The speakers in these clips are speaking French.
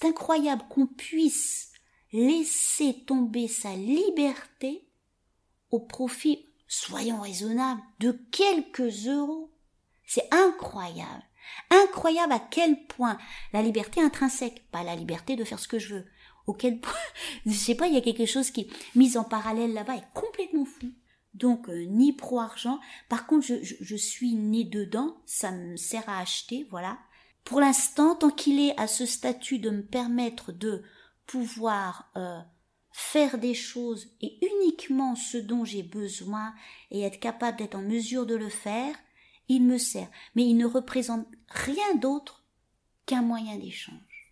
C'est incroyable qu'on puisse laisser tomber sa liberté au profit, soyons raisonnables, de quelques euros. C'est incroyable. Incroyable à quel point la liberté intrinsèque, pas la liberté de faire ce que je veux, auquel point, je sais pas, il y a quelque chose qui, mis en parallèle là-bas, est complètement fou. Donc, ni pro-argent. Par contre, je suis née dedans, ça me sert à acheter, voilà. Pour l'instant, tant qu'il est à ce statut de me permettre de pouvoir faire des choses et uniquement ce dont j'ai besoin et être capable d'être en mesure de le faire, il me sert. Mais il ne représente rien d'autre qu'un moyen d'échange.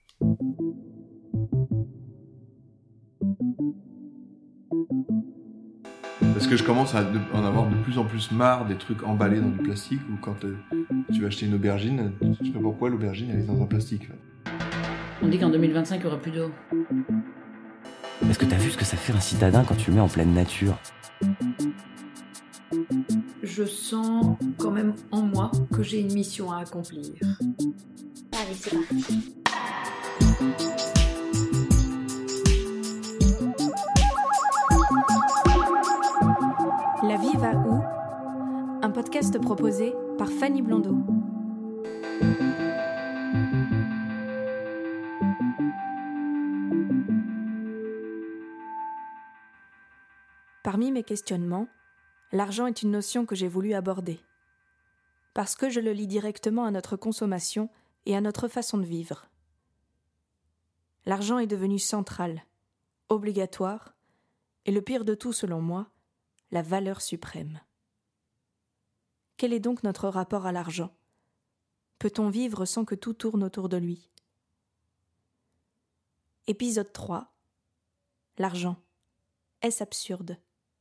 Parce que je commence à en avoir de plus en plus marre des trucs emballés dans du plastique, ou quand tu vas acheter une aubergine, tu sais pas pourquoi l'aubergine elle est dans un plastique. On dit qu'en 2025 il y aura plus d'eau. Est-ce que t'as vu ce que ça fait un citadin quand tu le mets en pleine nature ? Je sens quand même en moi que j'ai une mission à accomplir. Allez, c'est parti. La vie va où ? Un podcast proposé par Fanny Blondeau. Parmi mes questionnements, l'argent est une notion que j'ai voulu aborder. Parce que je le lie directement à notre consommation et à notre façon de vivre. L'argent est devenu central, obligatoire, et le pire de tout selon moi, la valeur suprême. Quel est donc notre rapport à l'argent ? Peut-on vivre sans que tout tourne autour de lui ? Épisode 3. L'argent. Est-ce absurde ?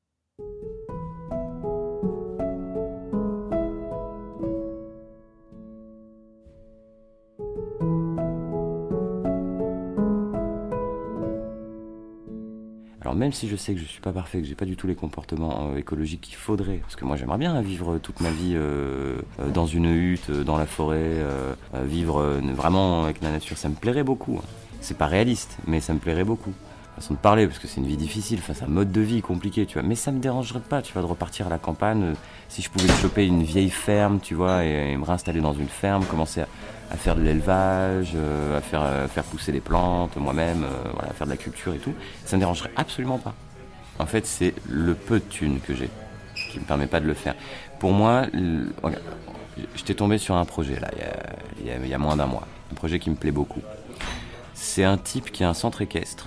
Alors même si je sais que je suis pas parfait, que j'ai pas du tout les comportements écologiques qu'il faudrait, parce que moi j'aimerais bien vivre toute ma vie dans une hutte, dans la forêt, vivre vraiment avec la nature, ça me plairait beaucoup. Hein. C'est pas réaliste, mais ça me plairait beaucoup. Façon de parler, parce que c'est une vie difficile, c'est un mode de vie compliqué, tu vois. Mais ça me dérangerait pas, tu vois, de repartir à la campagne. Si je pouvais choper une vieille ferme, tu vois, et me réinstaller dans une ferme, commencer à faire de l'élevage, à faire pousser des plantes moi-même, voilà, faire de la culture et tout, ça me dérangerait absolument pas. En fait, c'est le peu de thunes que j'ai qui me permet pas de le faire. Pour moi, regarde, j'étais tombé sur un projet là, il y a moins d'un mois, un projet qui me plaît beaucoup. C'est un type qui a un centre équestre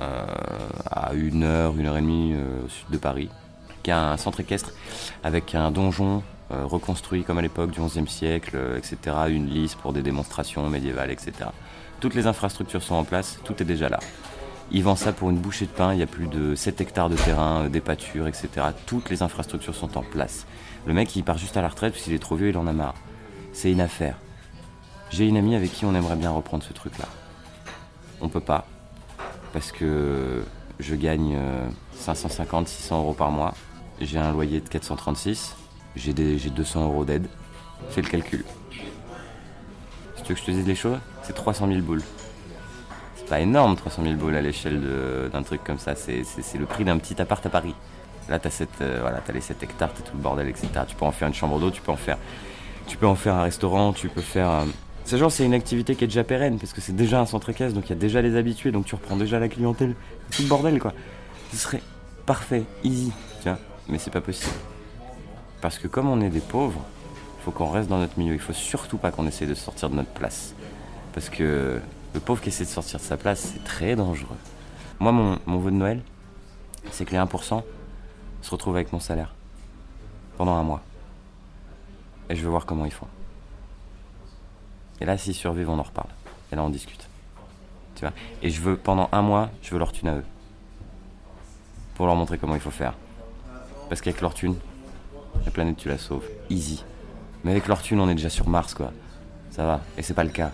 à 1h et demie au sud de Paris, qui a un centre équestre avec un donjon reconstruit comme à l'époque du XIe siècle, etc., une lice pour des démonstrations médiévales, etc. Toutes les infrastructures sont en place, tout est déjà là. Il vend ça pour une bouchée de pain, il y a plus de 7 hectares de terrain, des pâtures, etc. Toutes les infrastructures sont en place. Le mec, il part juste à la retraite parce qu'il est trop vieux, il en a marre. C'est une affaire. J'ai une amie avec qui on aimerait bien reprendre ce truc-là. On peut pas, parce que je gagne 550-600 euros par mois, j'ai un loyer de 436, j'ai 200 euros d'aide, fais le calcul. Si tu veux que je te dise les choses, c'est 300 000 boules. C'est pas énorme 300 000 boules à l'échelle d'un truc comme ça, c'est le prix d'un petit appart à Paris. Là t'as t'as les 7 hectares, t'as tout le bordel, etc. Tu peux en faire une chambre d'eau, tu peux en faire un restaurant, tu peux faire... C'est une activité qui est déjà pérenne, parce que c'est déjà un centre équestre, donc il y a déjà les habitués, donc tu reprends déjà la clientèle. Tout le bordel, quoi. Ce serait parfait, easy, tu vois. Mais c'est pas possible. Parce que comme on est des pauvres, il faut qu'on reste dans notre milieu. Il faut surtout pas qu'on essaie de sortir de notre place. Parce que le pauvre qui essaie de sortir de sa place, c'est très dangereux. Moi, mon vœu de Noël, c'est que les 1% se retrouvent avec mon salaire. Pendant un mois. Et je veux voir comment ils font. Et là, s'ils survivent, on en reparle. Et là, on discute. Tu vois ? Et pendant un mois, je veux leur thune à eux. Pour leur montrer comment il faut faire. Parce qu'avec leur thune, la planète, tu la sauves. Easy. Mais avec leur thune, on est déjà sur Mars, quoi. Ça va. Et c'est pas le cas.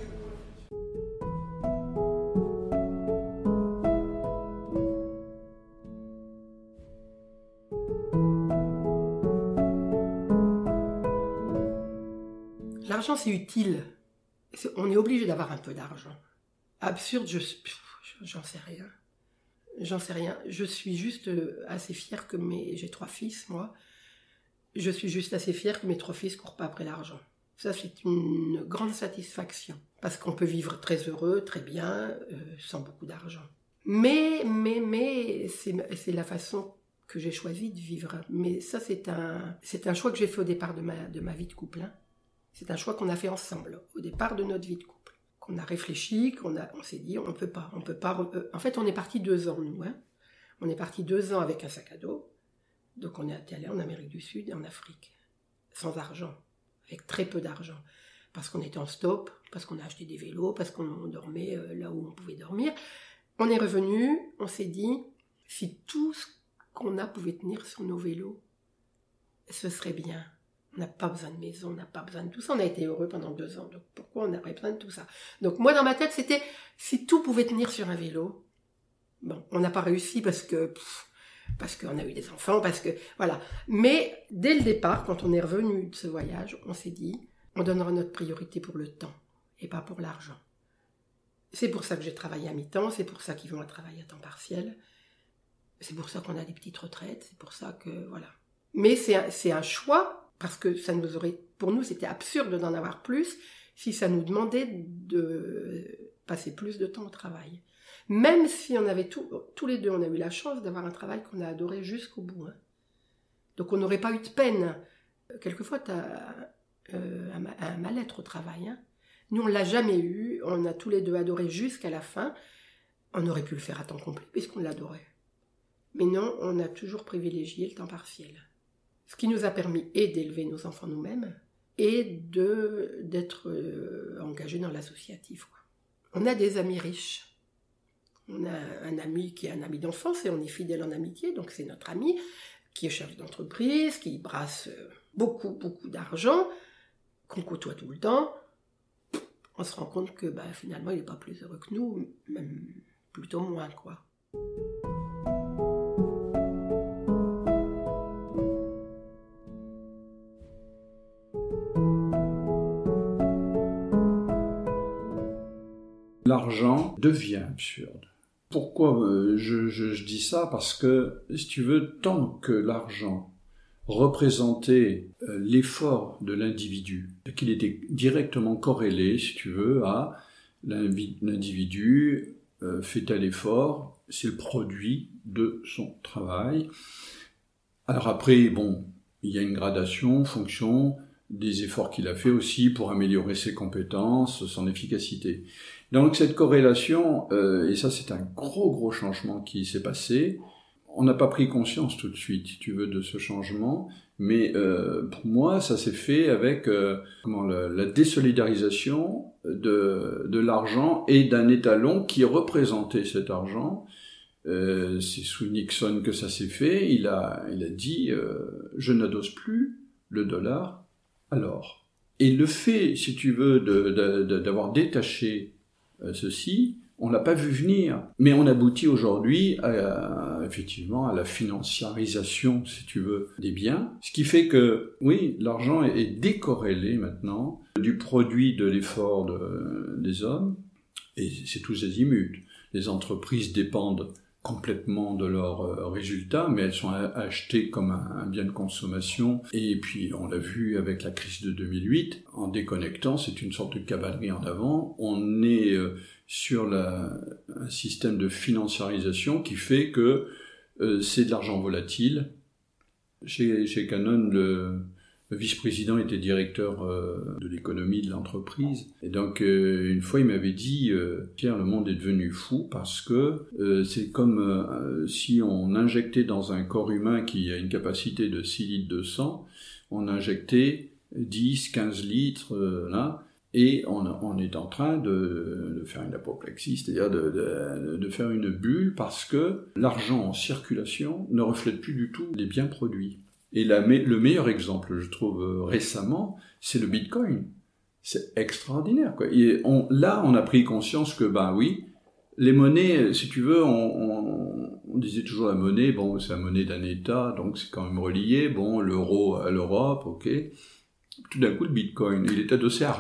L'argent, c'est utile. On est obligé d'avoir un peu d'argent. Absurde, j'en sais rien. J'en sais rien. Je suis juste assez fière que j'ai 3 fils, moi. Je suis juste assez fière que mes 3 fils courent pas après l'argent. Ça, c'est une grande satisfaction. Parce qu'on peut vivre très heureux, très bien, sans beaucoup d'argent. Mais c'est la façon que j'ai choisi de vivre. Mais ça, c'est un choix que j'ai fait au départ de ma vie de couple. Hein. C'est un choix qu'on a fait ensemble, au départ de notre vie de couple. Qu'on a réfléchi, on s'est dit, on peut pas. En fait, on est partis 2 ans, nous. Hein. On est partis 2 ans avec un sac à dos. Donc, on est allé en Amérique du Sud et en Afrique. Sans argent. Avec très peu d'argent. Parce qu'on était en stop, parce qu'on a acheté des vélos, parce qu'on dormait là où on pouvait dormir. On est revenu, on s'est dit, si tout ce qu'on a pouvait tenir sur nos vélos, ce serait bien. On n'a pas besoin de maison, on n'a pas besoin de tout ça. On a été heureux pendant 2 ans, donc pourquoi on aurait besoin de tout ça? Donc moi, dans ma tête, c'était, si tout pouvait tenir sur un vélo, bon, on n'a pas réussi parce qu'on a eu des enfants, voilà. Mais dès le départ, quand on est revenu de ce voyage, on s'est dit, on donnera notre priorité pour le temps et pas pour l'argent. C'est pour ça que j'ai travaillé à mi-temps, c'est pour ça qu'ils vont travailler à temps partiel, c'est pour ça qu'on a des petites retraites, c'est pour ça que, voilà. Mais c'est un choix, parce que pour nous, c'était absurde d'en avoir plus si ça nous demandait de passer plus de temps au travail. Même si on avait tous les deux, on a eu la chance d'avoir un travail qu'on a adoré jusqu'au bout. Hein. Donc on n'aurait pas eu de peine. Quelquefois, tu as un mal-être au travail. Hein. Nous, on ne l'a jamais eu. On a tous les deux adoré jusqu'à la fin. On aurait pu le faire à temps complet puisqu'on l'adorait. Mais non, on a toujours privilégié le temps partiel. Ce qui nous a permis et d'élever nos enfants nous-mêmes et d'être engagés dans l'associatif. Quoi. On a des amis riches. On a un ami qui est un ami d'enfance et on est fidèle en amitié, donc c'est notre ami qui est chef d'entreprise, qui brasse beaucoup, beaucoup d'argent, qu'on côtoie tout le temps. On se rend compte que finalement, il n'est pas plus heureux que nous, même plutôt moins, quoi. L'argent devient absurde. Pourquoi je dis ça? Parce que, si tu veux, tant que l'argent représentait l'effort de l'individu, qu'il était directement corrélé, si tu veux, à l'individu fait tel effort, c'est le produit de son travail. Alors après, bon, il y a une gradation en fonction des efforts qu'il a fait aussi pour améliorer ses compétences, son efficacité. Donc cette corrélation, et ça c'est un gros changement qui s'est passé, on n'a pas pris conscience tout de suite, si tu veux, de ce changement, mais pour moi ça s'est fait avec la désolidarisation de l'argent et d'un étalon qui représentait cet argent. C'est sous Nixon que ça s'est fait, il a dit je n'adosse plus le dollar à l'or. Et le fait, si tu veux, d'avoir détaché ceci, on l'a pas vu venir, mais on aboutit aujourd'hui effectivement à la financiarisation, si tu veux, des biens, ce qui fait que, oui, l'argent est décorrélé maintenant du produit de l'effort des hommes, et c'est tous azimuts. Les entreprises dépendent complètement de leurs résultats, mais elles sont achetées comme un bien de consommation. Et puis, on l'a vu avec la crise de 2008, en déconnectant, c'est une sorte de cavalerie en avant. On est sur un système de financiarisation qui fait que c'est de l'argent volatile. Chez Canon, le vice-président était directeur de l'économie de l'entreprise. Et donc, une fois, il m'avait dit « Pierre, le monde est devenu fou parce que c'est comme si on injectait dans un corps humain qui a une capacité de 6 litres de sang, on injectait 10, 15 litres, là, et on est en train de faire une apoplexie, c'est-à-dire de faire une bulle parce que l'argent en circulation ne reflète plus du tout les biens produits. » Et le meilleur exemple, je trouve, récemment, c'est le Bitcoin. C'est extraordinaire, quoi. Et on a pris conscience que, oui, les monnaies, si tu veux, on disait toujours la monnaie, bon, c'est la monnaie d'un État, donc c'est quand même relié, bon, l'euro à l'Europe, ok. Tout d'un coup, le Bitcoin, il est adossé à rien.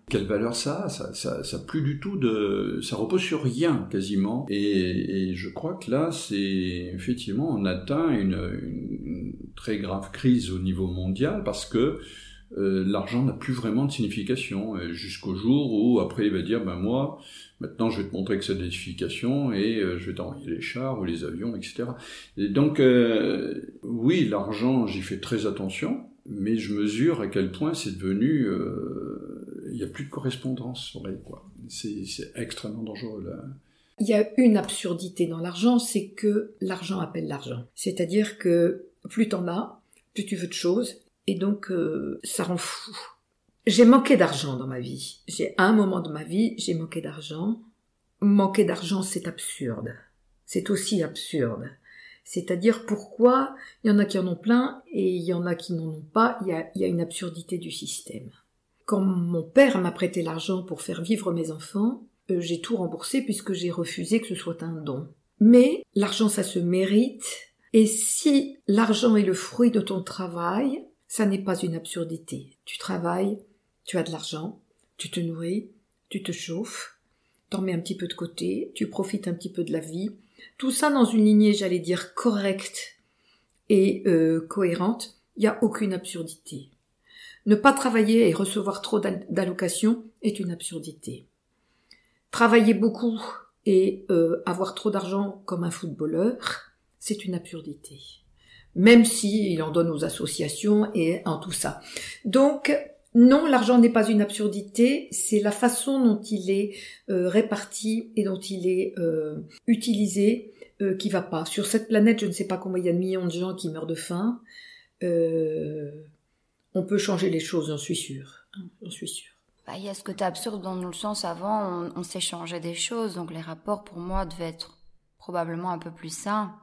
Quelle valeur ça a? Ça plus du tout ça repose sur rien quasiment. Et je crois que là, effectivement, on atteint une très grave crise au niveau mondial parce que l'argent n'a plus vraiment de signification jusqu'au jour où après il va dire moi maintenant je vais te montrer que ça a des significations et je vais t'envoyer les chars ou les avions, etc. Et donc oui, l'argent, j'y fais très attention, mais je mesure à quel point c'est devenu il n'y a plus de correspondance vraie, quoi. C'est extrêmement dangereux là. Il y a une absurdité dans l'argent, c'est que l'argent appelle l'argent. C'est-à-dire que plus t'en as, plus tu veux de choses, et donc ça rend fou. J'ai manqué d'argent dans ma vie. À un moment de ma vie, j'ai manqué d'argent. Manquer d'argent, c'est absurde. C'est aussi absurde. C'est-à-dire pourquoi il y en a qui en ont plein et il y en a qui n'en ont pas. Il y a une absurdité du système. Quand mon père m'a prêté l'argent pour faire vivre mes enfants, j'ai tout remboursé puisque j'ai refusé que ce soit un don. Mais l'argent, ça se mérite. Et si l'argent est le fruit de ton travail, ça n'est pas une absurdité. Tu travailles, tu as de l'argent, tu te nourris, tu te chauffes, t'en mets un petit peu de côté, tu profites un petit peu de la vie. Tout ça dans une lignée, j'allais dire, correcte et cohérente. Il n'y a aucune absurdité. Ne pas travailler et recevoir trop d'allocations est une absurdité. Travailler beaucoup et avoir trop d'argent comme un footballeur, c'est une absurdité. Même s'il en donne aux associations et en tout ça. Donc, non, l'argent n'est pas une absurdité, c'est la façon dont il est réparti et dont il est utilisé qui va pas. Sur cette planète, je ne sais pas combien il y a de millions de gens qui meurent de faim. On peut changer les choses, j'en suis sûre. J'en suis sûre. Bah, il y a ce côté absurde dans le sens, avant, on s'échangeait des choses, donc les rapports, pour moi, devaient être probablement un peu plus sains.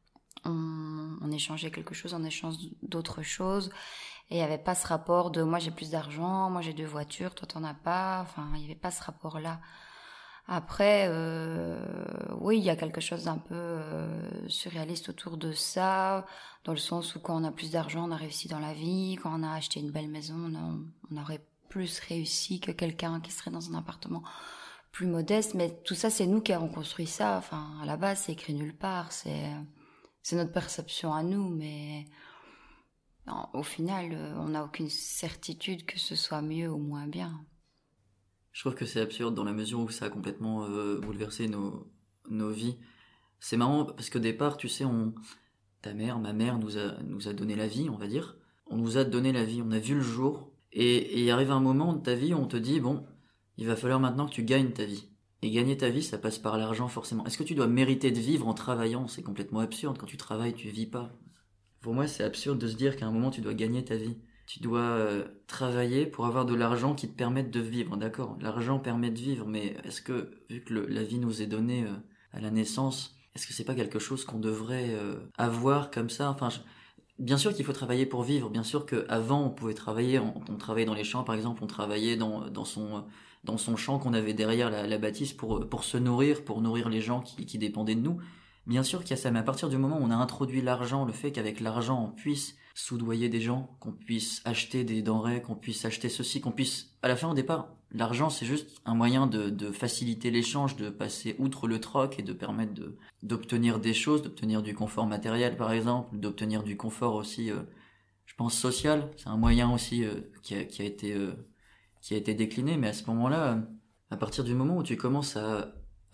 On échangeait quelque chose en échange d'autres choses, et il n'y avait pas ce rapport de moi j'ai plus d'argent, moi j'ai 2 voitures, toi t'en as pas, enfin il n'y avait pas ce rapport-là. Après, oui, il y a quelque chose d'un peu surréaliste autour de ça, dans le sens où quand on a plus d'argent, on a réussi dans la vie, quand on a acheté une belle maison, on aurait plus réussi que quelqu'un qui serait dans un appartement plus modeste, mais tout ça c'est nous qui avons construit ça, enfin à la base c'est écrit nulle part, c'est notre perception à nous, mais non, au final, on n'a aucune certitude que ce soit mieux ou moins bien. Je trouve que c'est absurde dans la mesure où ça a complètement bouleversé nos vies. C'est marrant parce qu'au départ, tu sais, ma mère nous a donné la vie, on va dire. On nous a donné la vie, on a vu le jour. Et il arrive un moment de ta vie où on te dit, bon, il va falloir maintenant que tu gagnes ta vie. Et gagner ta vie, ça passe par l'argent forcément. Est-ce que tu dois mériter de vivre en travaillant ? C'est complètement absurde. Quand tu travailles, tu vis pas. Pour moi, c'est absurde de se dire qu'à un moment, tu dois gagner ta vie. Tu dois travailler pour avoir de l'argent qui te permette de vivre, d'accord ? L'argent permet de vivre, mais est-ce que, vu que la vie nous est donnée à la naissance, est-ce que c'est pas quelque chose qu'on devrait avoir comme ça ? Enfin, bien sûr qu'il faut travailler pour vivre. Bien sûr qu'avant, on pouvait travailler. On travaillait dans les champs, par exemple. On travaillait dans son champ qu'on avait derrière la bâtisse pour se nourrir, pour nourrir les gens qui dépendaient de nous. Bien sûr qu'il y a ça, mais à partir du moment où on a introduit l'argent, le fait qu'avec l'argent on puisse soudoyer des gens, qu'on puisse acheter des denrées, qu'on puisse acheter ceci, qu'on puisse... À la fin, au départ, l'argent c'est juste un moyen de faciliter l'échange, de passer outre le troc et de permettre d'obtenir des choses, d'obtenir du confort matériel par exemple, d'obtenir du confort aussi, je pense, social. C'est un moyen aussi qui a été décliné, mais à ce moment-là, à partir du moment où tu commences à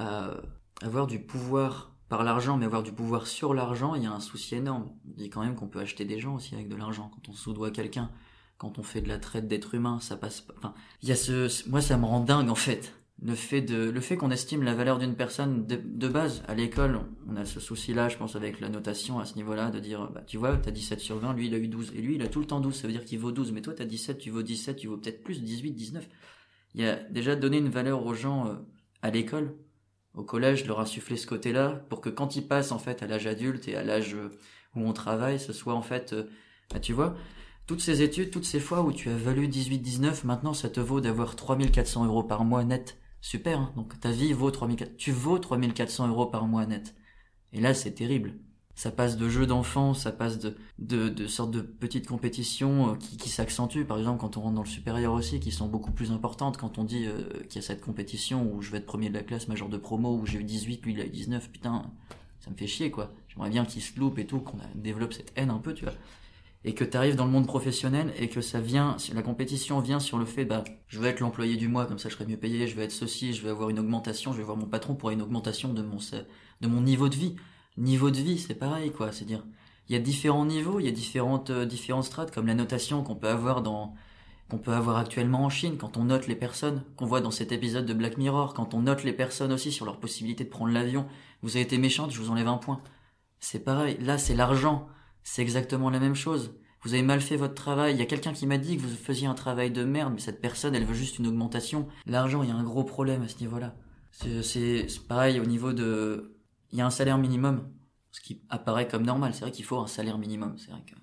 avoir du pouvoir par l'argent, mais avoir du pouvoir sur l'argent, il y a un souci énorme. On dit quand même qu'on peut acheter des gens aussi avec de l'argent. Quand on soudoie quelqu'un, quand on fait de la traite d'êtres humains, ça passe pas. Enfin, il y a moi, ça me rend dingue en fait. Le fait qu'on estime la valeur d'une personne de base. À l'école, on a ce souci-là, je pense, avec la notation à ce niveau-là, de dire, bah, tu vois, t'as 17 sur 20, lui il a eu 12. Et lui, il a tout le temps 12, ça veut dire qu'il vaut 12. Mais toi, t'as 17, tu vaux 17, tu vaux peut-être plus, 18, 19. Il y a déjà donné une valeur aux gens à l'école. Au collège, leur insuffler ce côté-là, pour que quand ils passent en fait à l'âge adulte et à l'âge où on travaille, ce soit en fait, bah, tu vois, toutes ces études, toutes ces fois où tu as valu 18-19, maintenant ça te vaut d'avoir 3400 € par mois net. Super, hein. Donc ta vie vaut 3400 € par mois net. Et là c'est terrible. Ça passe de jeux d'enfants, ça passe de sortes de petites compétitions qui s'accentuent, par exemple quand on rentre dans le supérieur aussi, qui sont beaucoup plus importantes. Quand on dit qu'il y a cette compétition où je vais être premier de la classe, major de promo, où j'ai eu 18, lui il a eu 19, putain, ça me fait chier quoi. J'aimerais bien qu'il se loupe et tout, qu'on développe cette haine un peu, tu vois. Et que t'arrives dans le monde professionnel et que la compétition vient sur le fait, je veux être l'employé du mois, comme ça je serai mieux payé, je vais être ceci, je vais avoir une augmentation, je vais voir mon patron pour une augmentation de mon niveau de vie. Niveau de vie, c'est pareil, quoi. C'est-à-dire, il y a différents niveaux, il y a différentes strates, comme la notation qu'on peut avoir actuellement en Chine, quand on note les personnes, qu'on voit dans cet épisode de Black Mirror, quand on note les personnes aussi sur leur possibilité de prendre l'avion. Vous avez été méchante, je vous enlève un point. C'est pareil. Là, c'est l'argent. C'est exactement la même chose. Vous avez mal fait votre travail. Il y a quelqu'un qui m'a dit que vous faisiez un travail de merde, mais cette personne, elle veut juste une augmentation. L'argent, il y a un gros problème à ce niveau-là. C'est pareil au niveau de... Il y a un salaire minimum, ce qui apparaît comme normal. C'est vrai qu'il faut un salaire minimum. C'est vrai qu'il y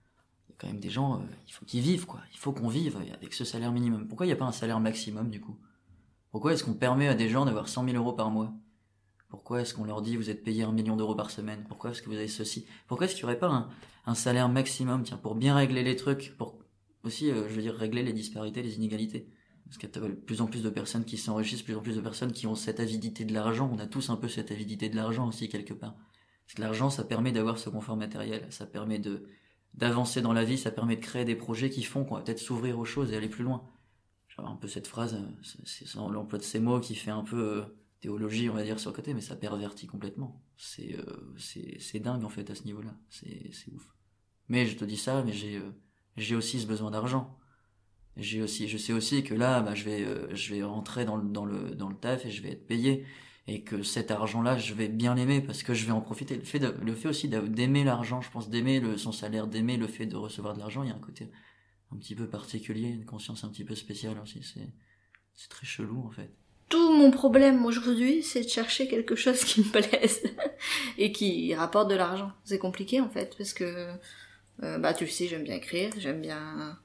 a quand même des gens, il faut qu'ils vivent, quoi. Il faut qu'on vive avec ce salaire minimum. Pourquoi il n'y a pas un salaire maximum, du coup? Pourquoi est-ce qu'on permet à des gens d'avoir 100 000 euros par mois? Pourquoi est-ce qu'on leur dit vous êtes payé 1 million d'euros par semaine? Pourquoi est-ce que vous avez ceci? Pourquoi est-ce qu'il n'y aurait pas un salaire maximum, tiens, pour bien régler les trucs, pour aussi, régler les disparités, les inégalités? Parce qu'il y a de plus en plus de personnes qui s'enrichissent, plus en plus de personnes qui ont cette avidité de l'argent. On a tous un peu cette avidité de l'argent aussi, quelque part. Parce que l'argent, ça permet d'avoir ce confort matériel, ça permet d'avancer dans la vie, ça permet de créer des projets qui font qu'on va peut-être s'ouvrir aux choses et aller plus loin. J'avais un peu cette phrase, c'est l'emploi de ces mots qui fait un peu théologie, on va dire, sur le côté, mais ça pervertit complètement. C'est dingue, en fait, à ce niveau-là. C'est ouf. Mais je te dis ça, mais j'ai aussi ce besoin d'argent. Je sais aussi que là, je vais rentrer dans le taf et je vais être payé. Et que cet argent-là, je vais bien l'aimer parce que je vais en profiter. Le fait aussi d'aimer l'argent, je pense, d'aimer son salaire, d'aimer le fait de recevoir de l'argent, il y a un côté un petit peu particulier, une conscience un petit peu spéciale aussi. C'est très chelou, en fait. Tout mon problème aujourd'hui, c'est de chercher quelque chose qui me plaise et qui rapporte de l'argent. C'est compliqué, en fait, parce que, tu le sais, j'aime bien écrire, j'aime bien...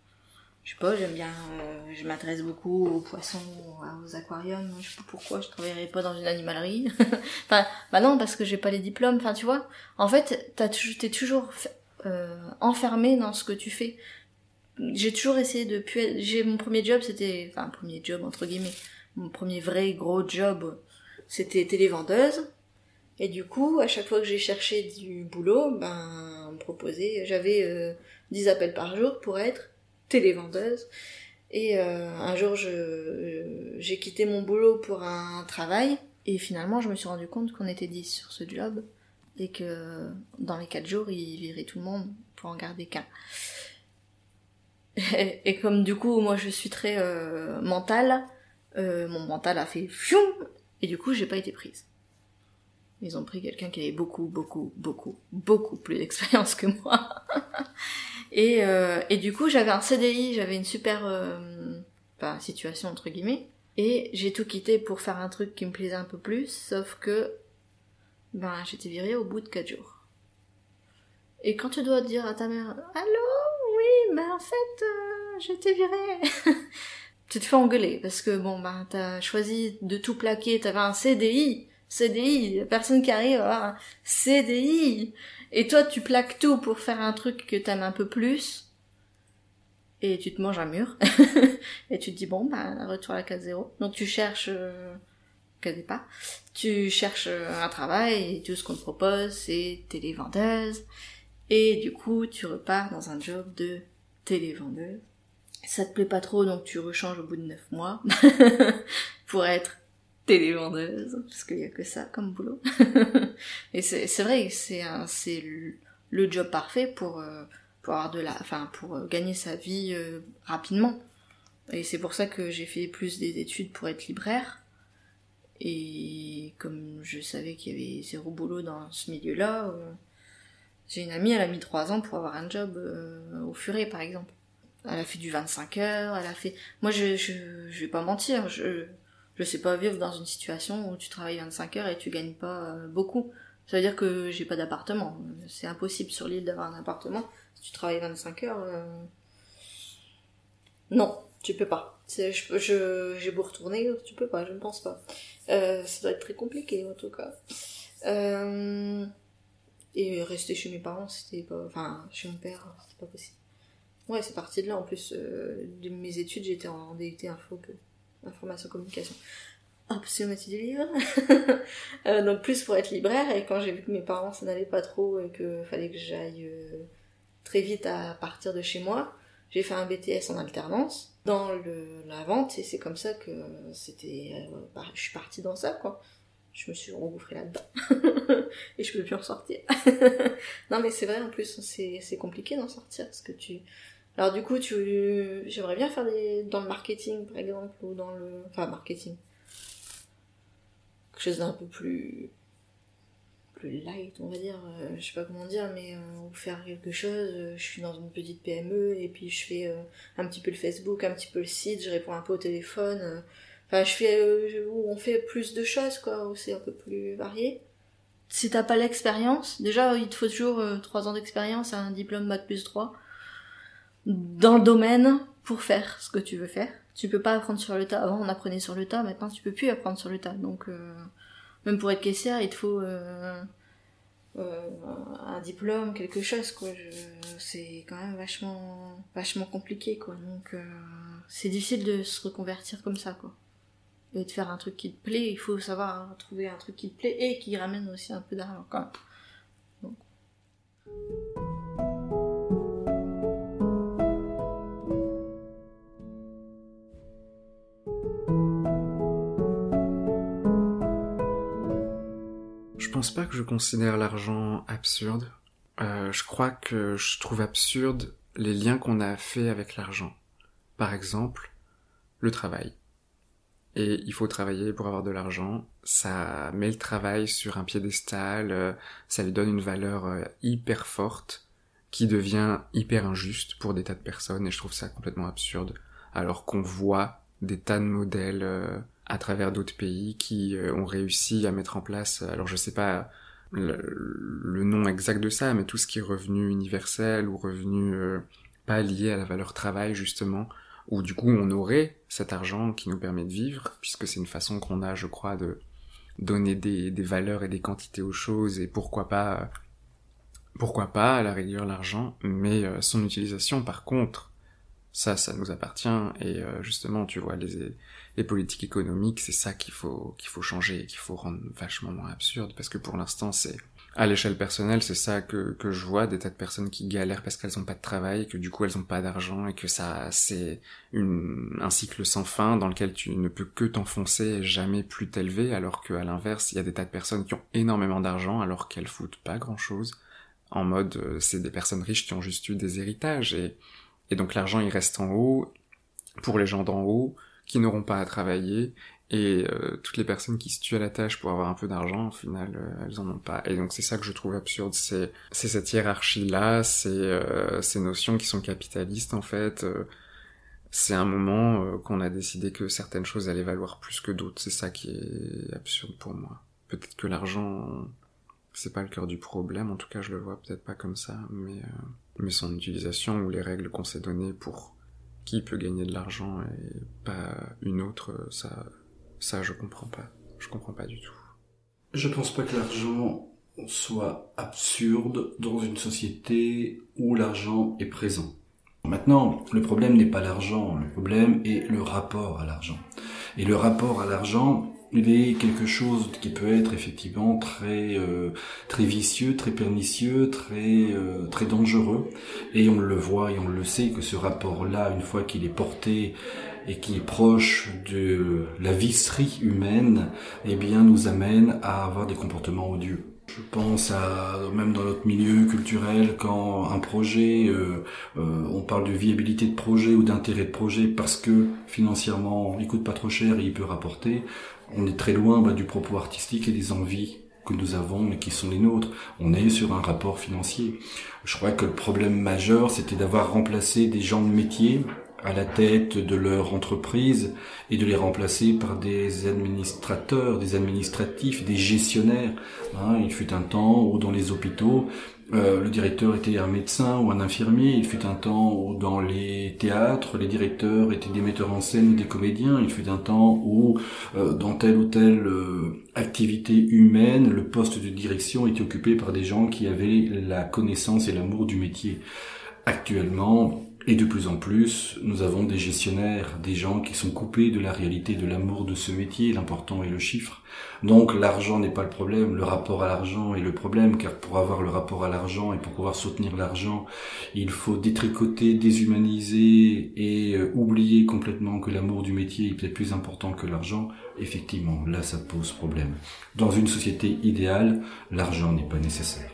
je m'intéresse beaucoup aux poissons, aux aquariums, je sais pas pourquoi je travaillerais pas dans une animalerie. Non, parce que j'ai pas les diplômes, tu vois. En fait, t'es toujours enfermé dans ce que tu fais. J'ai toujours essayé mon premier job, c'était, premier job entre guillemets, mon premier vrai gros job, c'était télévendeuse. Et du coup, à chaque fois que j'ai cherché du boulot, on me proposait, j'avais 10 appels par jour pour être télévendeuse. Et un jour, j'ai quitté mon boulot pour un travail. Et finalement, je me suis rendu compte qu'on était 10 sur ce job. Et que dans les 4 jours, ils viraient tout le monde pour en garder qu'un. Et comme du coup, moi, je suis très mentale, mon mental a fait fiou. Et du coup, j'ai pas été prise. Ils ont pris quelqu'un qui avait beaucoup plus d'expérience que moi. Et du coup, j'avais un CDI, j'avais une super situation entre guillemets, et j'ai tout quitté pour faire un truc qui me plaisait un peu plus, sauf que j'étais virée au bout de 4 jours. Et quand tu dois dire à ta mère « Allô, oui, en fait, j'ai été virée », tu te fais engueuler, parce que t'as choisi de tout plaquer, t'avais un CDI, personne qui arrive à avoir un CDI. Et toi, tu plaques tout pour faire un truc que t'aimes un peu plus. Et tu te manges un mur. Et tu te dis, retour à la case 0. Donc tu cherches, tu cherches un travail et tout ce qu'on te propose, c'est télévendeuse. Et du coup, tu repars dans un job de télévendeuse. Ça te plaît pas trop, donc tu rechanges au bout de 9 mois pour être télévendeuse, parce qu'il y a que ça comme boulot. Et c'est vrai que c'est le job parfait pour avoir pour gagner sa vie rapidement. Et c'est pour ça que j'ai fait plus des études pour être libraire. Et comme je savais qu'il y avait 0 boulot dans ce milieu-là, j'ai une amie, elle a mis 3 ans pour avoir un job au Furet, par exemple. Elle a fait du 25 heures, elle a fait... Moi, je vais pas mentir, je sais pas vivre dans une situation où tu travailles 25 heures et tu gagnes pas beaucoup. Ça veut dire que j'ai pas d'appartement. C'est impossible sur l'île d'avoir un appartement. Si tu travailles 25 heures... Non, tu peux pas. J'ai beau retourner, tu peux pas, je ne pense pas. Ça doit être très compliqué, en tout cas. Et rester chez mes parents, c'était pas... Enfin, chez mon père, c'était pas possible. Ouais, c'est parti de là. En plus, de mes études, j'étais en DUT information communication. Optiométrie du livre. Donc plus pour être libraire, et quand j'ai vu que mes parents ça n'allait pas trop et qu'il fallait que j'aille très vite à partir de chez moi, j'ai fait un BTS en alternance dans la vente, et c'est comme ça que c'était... je suis partie dans ça, quoi. Je me suis engouffrée là-dedans. Et je peux plus en sortir. Non mais c'est vrai, en plus c'est compliqué d'en sortir, parce que alors du coup j'aimerais bien faire dans le marketing par exemple, ou dans le... Enfin marketing, quelque chose d'un peu plus light, on va dire, je sais pas comment dire, mais ou faire quelque chose. Je suis dans une petite PME, et puis je fais un petit peu le Facebook, un petit peu le site, je réponds un peu au téléphone, enfin je fais où on fait plus de choses, quoi, où c'est un peu plus varié. Si t'as pas l'expérience, déjà il te faut toujours 3 ans d'expérience, un diplôme Bac+3 dans le domaine pour faire ce que tu veux faire. Tu peux pas apprendre sur le tas. Avant on apprenait sur le tas, maintenant tu peux plus apprendre sur le tas. Donc même pour être caissière, il te faut un diplôme, quelque chose, quoi. C'est quand même vachement compliqué, quoi. Donc c'est difficile de se reconvertir comme ça, quoi. Et de faire un truc qui te plaît, il faut savoir trouver un truc qui te plaît et qui ramène aussi un peu d'argent, quand même. Donc. Je pense pas que je considère l'argent absurde. Je crois que je trouve absurde les liens qu'on a fait avec l'argent. Par exemple, le travail. Et il faut travailler pour avoir de l'argent. Ça met le travail sur un piédestal, ça lui donne une valeur hyper forte qui devient hyper injuste pour des tas de personnes, et je trouve ça complètement absurde. Alors qu'on voit des tas de modèles à travers d'autres pays qui ont réussi à mettre en place, alors je sais pas le nom exact de ça, mais tout ce qui est revenu universel ou revenu pas lié à la valeur travail, justement, où du coup on aurait cet argent qui nous permet de vivre, puisque c'est une façon qu'on a, je crois, de donner des valeurs et des quantités aux choses, et pourquoi pas à la rigueur l'argent, mais son utilisation par contre, ça nous appartient, et justement tu vois les politiques économiques, c'est ça qu'il faut changer et qu'il faut rendre vachement moins absurde, parce que pour l'instant c'est à l'échelle personnelle, c'est ça que je vois, des tas de personnes qui galèrent parce qu'elles ont pas de travail, et que du coup elles ont pas d'argent, et que ça c'est un cycle sans fin dans lequel tu ne peux que t'enfoncer et jamais plus t'élever, alors qu'à l'inverse, il y a des tas de personnes qui ont énormément d'argent alors qu'elles foutent pas grand chose, en mode c'est des personnes riches qui ont juste eu des héritages, et donc l'argent il reste en haut pour les gens d'en haut qui n'auront pas à travailler, et toutes les personnes qui se tuent à la tâche pour avoir un peu d'argent, au final, elles en ont pas. Et donc c'est ça que je trouve absurde, c'est cette hiérarchie-là, ces notions qui sont capitalistes, en fait. C'est un moment qu'on a décidé que certaines choses allaient valoir plus que d'autres, c'est ça qui est absurde pour moi. Peut-être que l'argent, c'est pas le cœur du problème, en tout cas je le vois peut-être pas comme ça, mais son utilisation ou les règles qu'on s'est données pour qui peut gagner de l'argent et pas une autre, ça je comprends pas du tout. Je pense pas que l'argent soit absurde dans une société où l'argent est présent. Maintenant, le problème n'est pas l'argent, le problème est le rapport à l'argent. Et le rapport à l'argent, il est quelque chose qui peut être effectivement très vicieux, très pernicieux, très dangereux. Et on le voit et on le sait que ce rapport-là, une fois qu'il est porté et qui est proche de la viscerie humaine, eh bien nous amène à avoir des comportements odieux. Je pense à, même dans notre milieu culturel, quand un projet, on parle de viabilité de projet ou d'intérêt de projet parce que financièrement il coûte pas trop cher et il peut rapporter, on est très loin du propos artistique et des envies que nous avons et qui sont les nôtres. On est sur un rapport financier. Je crois que le problème majeur, c'était d'avoir remplacé des gens de métier à la tête de leur entreprise et de les remplacer par des administrateurs, des administratifs, des gestionnaires. Il fut un temps où dans les hôpitaux, le directeur était un médecin ou un infirmier. Il fut un temps où dans les théâtres, les directeurs étaient des metteurs en scène ou des comédiens. Il fut un temps où dans telle ou telle activité humaine, le poste de direction était occupé par des gens qui avaient la connaissance et l'amour du métier. Actuellement, et de plus en plus, nous avons des gestionnaires, des gens qui sont coupés de la réalité, de l'amour de ce métier. L'important est le chiffre. Donc l'argent n'est pas le problème, le rapport à l'argent est le problème, car pour avoir le rapport à l'argent et pour pouvoir soutenir l'argent, il faut détricoter, déshumaniser et oublier complètement que l'amour du métier est peut-être plus important que l'argent. Effectivement, là ça pose problème. Dans une société idéale, l'argent n'est pas nécessaire.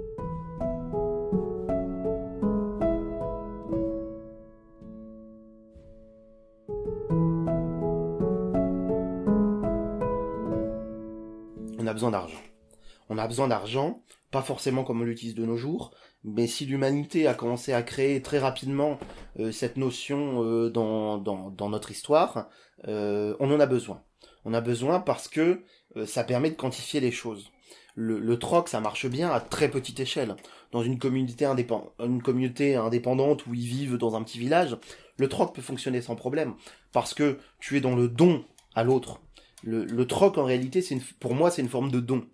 On a besoin d'argent. On a besoin d'argent, pas forcément comme on l'utilise de nos jours, mais si l'humanité a commencé à créer très rapidement cette notion dans notre histoire, on en a besoin. On a besoin parce que ça permet de quantifier les choses. Le troc, ça marche bien à très petite échelle. Dans une communauté indépendante où ils vivent dans un petit village, le troc peut fonctionner sans problème, parce que tu es dans le don à l'autre. Le troc, en réalité, pour moi, c'est une forme de don.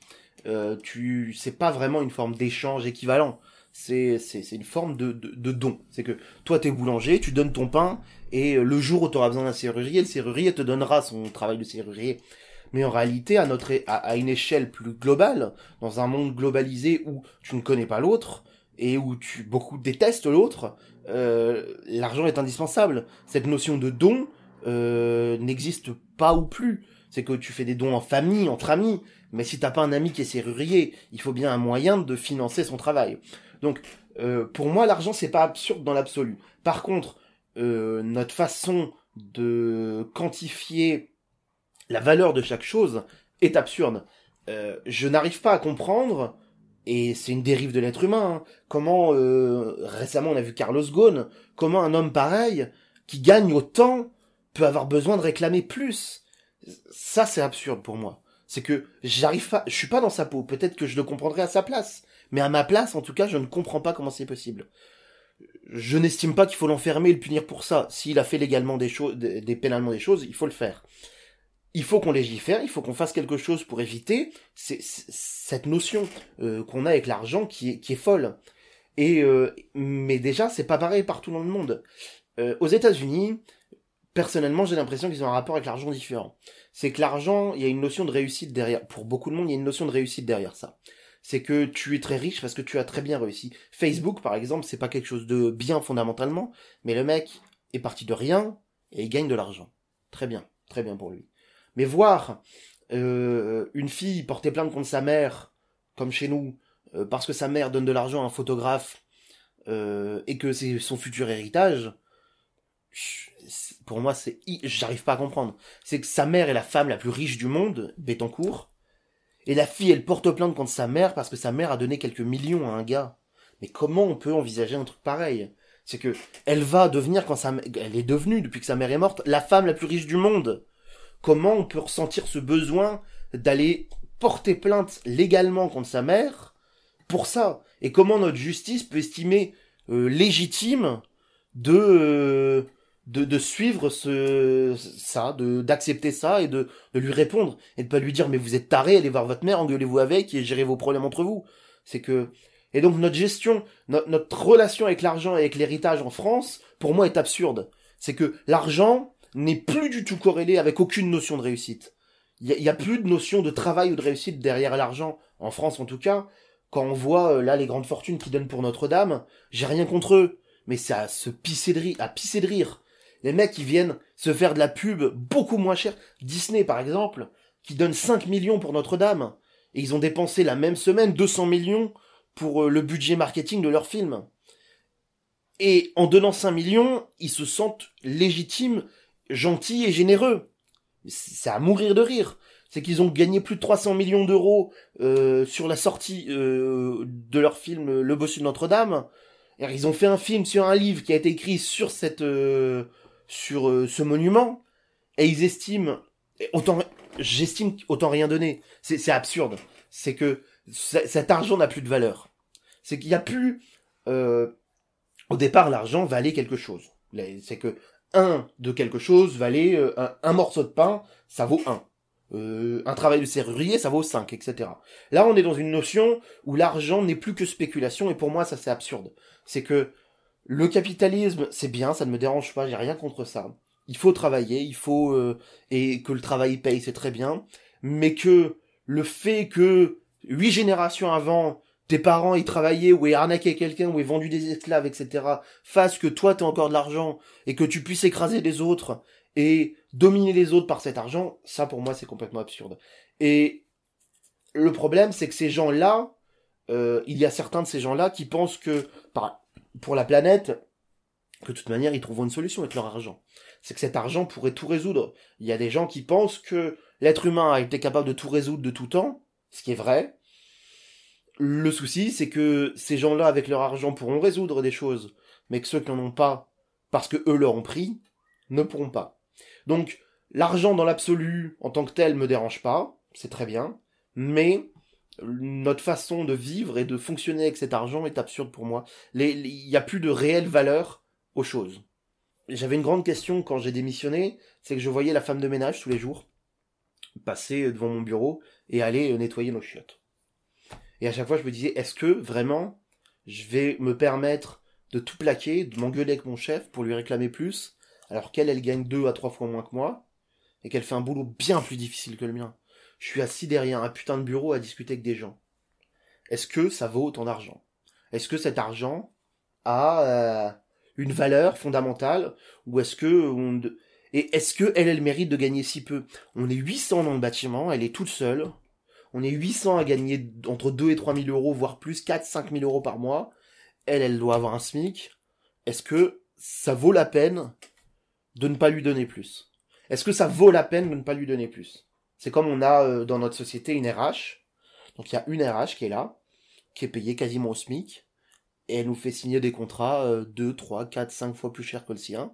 C'est pas vraiment une forme d'échange équivalent. C'est une forme de don. C'est que toi, t'es boulanger, tu donnes ton pain, et le jour où t'auras besoin d'un serrurier, le serrurier te donnera son travail de serrurier. Mais en réalité, à une échelle plus globale, dans un monde globalisé où tu ne connais pas l'autre, et où beaucoup détestent l'autre, l'argent est indispensable. Cette notion de don n'existe pas ou plus. C'est que tu fais des dons en famille, entre amis, mais si t'as pas un ami qui est serrurier, il faut bien un moyen de financer son travail. Donc, pour moi, l'argent, c'est pas absurde dans l'absolu. Par contre, notre façon de quantifier la valeur de chaque chose est absurde. Je n'arrive pas à comprendre, et c'est une dérive de l'être humain, comment, récemment on a vu Carlos Ghosn, comment un homme pareil, qui gagne autant, peut avoir besoin de réclamer plus. Ça, c'est absurde pour moi. C'est que je suis pas dans sa peau. Peut-être que je le comprendrais à sa place. Mais à ma place, en tout cas, je ne comprends pas comment c'est possible. Je n'estime pas qu'il faut l'enfermer et le punir pour ça. S'il a fait légalement pénalement des choses, il faut le faire. Il faut qu'on légifère, il faut qu'on fasse quelque chose pour éviter cette notion qu'on a avec l'argent qui est folle. Mais déjà, c'est pas pareil partout dans le monde. Aux États-Unis, personnellement, j'ai l'impression qu'ils ont un rapport avec l'argent différent. C'est que l'argent, il y a une notion de réussite derrière. Pour beaucoup de monde, il y a une notion de réussite derrière ça. C'est que tu es très riche parce que tu as très bien réussi. Facebook, par exemple, c'est pas quelque chose de bien fondamentalement, mais le mec est parti de rien et il gagne de l'argent. Très bien pour lui. Mais voir une fille porter plainte contre sa mère, comme chez nous, parce que sa mère donne de l'argent à un photographe et que c'est son futur héritage, pour moi, j'arrive pas à comprendre. C'est que sa mère est la femme la plus riche du monde, Bettencourt, et la fille, elle porte plainte contre sa mère parce que sa mère a donné quelques millions à un gars. Mais comment on peut envisager un truc pareil? C'est que elle va devenir, elle est devenue, depuis que sa mère est morte, la femme la plus riche du monde. Comment on peut ressentir ce besoin d'aller porter plainte légalement contre sa mère pour ça? Et comment notre justice peut estimer légitime de suivre d'accepter ça et de lui répondre et de pas lui dire mais vous êtes taré, allez voir votre mère, engueulez-vous avec et gérez vos problèmes entre vous. Et donc notre gestion, notre relation avec l'argent et avec l'héritage en France, pour moi est absurde. C'est que l'argent n'est plus du tout corrélé avec aucune notion de réussite. Il y a plus de notion de travail ou de réussite derrière l'argent, en France en tout cas. Quand on voit là les grandes fortunes qui donnent pour Notre-Dame, j'ai rien contre eux, mais c'est à pisser de rire. Les mecs qui viennent se faire de la pub beaucoup moins cher, Disney par exemple, qui donne 5 millions pour Notre-Dame, et ils ont dépensé la même semaine 200 millions pour le budget marketing de leur film. Et en donnant 5 millions, ils se sentent légitimes, gentils et généreux. C'est à mourir de rire. C'est qu'ils ont gagné plus de 300 millions d'euros sur la sortie de leur film Le Bossu de Notre-Dame. Et ils ont fait un film sur un livre qui a été écrit sur cette sur ce monument, et ils estiment, j'estime autant rien donner. C'est absurde. C'est que cet argent n'a plus de valeur. C'est qu'il n'y a plus... au départ, l'argent valait quelque chose. C'est que 1 de quelque chose valait un morceau de pain, ça vaut 1. Un travail de serrurier, ça vaut 5, etc. Là, on est dans une notion où l'argent n'est plus que spéculation, et pour moi, ça, c'est absurde. C'est que le capitalisme, c'est bien, ça ne me dérange pas, j'ai rien contre ça. Il faut travailler, et que le travail paye, c'est très bien, mais que le fait que 8 générations avant, tes parents aient travaillé, ou aient arnaqué quelqu'un, ou aient vendu des esclaves, etc., fasse que toi, t'aies encore de l'argent, et que tu puisses écraser les autres, et dominer les autres par cet argent, ça, pour moi, c'est complètement absurde. Et le problème, c'est que ces gens-là, il y a certains de ces gens-là qui pensent que, pour la planète, que de toute manière, ils trouveront une solution avec leur argent. C'est que cet argent pourrait tout résoudre. Il y a des gens qui pensent que l'être humain a été capable de tout résoudre de tout temps, ce qui est vrai. Le souci, c'est que ces gens-là, avec leur argent, pourront résoudre des choses, mais que ceux qui n'en ont pas, parce que eux leur ont pris, ne pourront pas. Donc, l'argent dans l'absolu, en tant que tel, me dérange pas, c'est très bien, mais notre façon de vivre et de fonctionner avec cet argent est absurde pour moi. Il n'y a plus de réelle valeur aux choses. J'avais une grande question quand j'ai démissionné, c'est que je voyais la femme de ménage tous les jours passer devant mon bureau et aller nettoyer nos chiottes. Et à chaque fois, je me disais, est-ce que, vraiment, je vais me permettre de tout plaquer, de m'engueuler avec mon chef pour lui réclamer plus, alors qu'elle gagne 2 à 3 fois moins que moi, et qu'elle fait un boulot bien plus difficile que le mien. Je suis assis derrière un putain de bureau à discuter avec des gens. Est-ce que ça vaut autant d'argent? Est-ce que cet argent a une valeur fondamentale, ou est-ce que est-ce que elle mérite de gagner si peu? On est 800 dans le bâtiment, elle est toute seule. On est 800 à gagner entre 2 et 3 000 euros, voire plus, 4, 5 000 euros par mois. Elle doit avoir un SMIC. Est-ce que ça vaut la peine de ne pas lui donner plus? Est-ce que ça vaut la peine de ne pas lui donner plus? C'est comme on a dans notre société une RH. Donc il y a une RH qui est là, qui est payée quasiment au SMIC, et elle nous fait signer des contrats 2, 3, 4, 5 fois plus cher que le sien.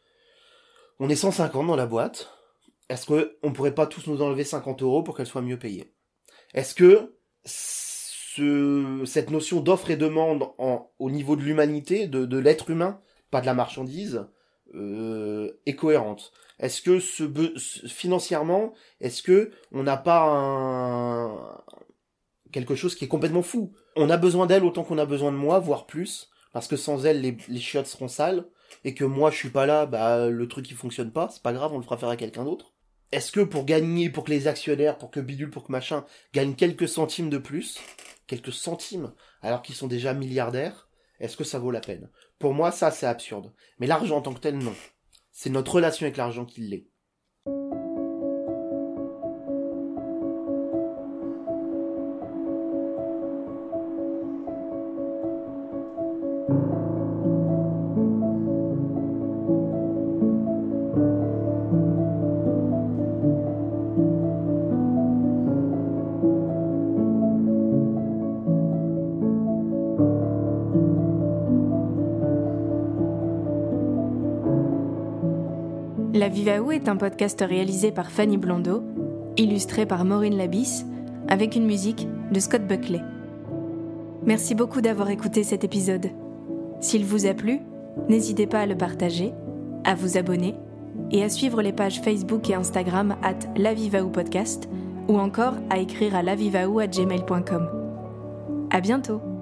On est 150 dans la boîte. Est-ce qu'on pourrait pas tous nous enlever 50 euros pour qu'elle soit mieux payée? Est-ce que cette notion d'offre et demande au niveau de l'humanité, de l'être humain, pas de la marchandise, est cohérente? Est-ce que financièrement, est-ce que on n'a pas quelque chose qui est complètement fou? On a besoin d'elle autant qu'on a besoin de moi, voire plus, parce que sans elle, les chiottes seront sales, et que moi je suis pas là, le truc il fonctionne pas, c'est pas grave, on le fera faire à quelqu'un d'autre. Est-ce que pour gagner, pour que les actionnaires, pour que bidule, pour que machin, gagnent quelques centimes de plus, quelques centimes, alors qu'ils sont déjà milliardaires, est-ce que ça vaut la peine? Pour moi, ça c'est absurde. Mais l'argent en tant que tel, non. C'est notre relation avec l'argent qui l'est. La Vie va où est un podcast réalisé par Fanny Blondeau, illustré par Maureen Labisse, avec une musique de Scott Buckley. Merci beaucoup d'avoir écouté cet épisode. S'il vous a plu, n'hésitez pas à le partager, à vous abonner et à suivre les pages Facebook et Instagram @lavivaoupodcast ou encore à écrire à lavivaou@gmail.com. À bientôt!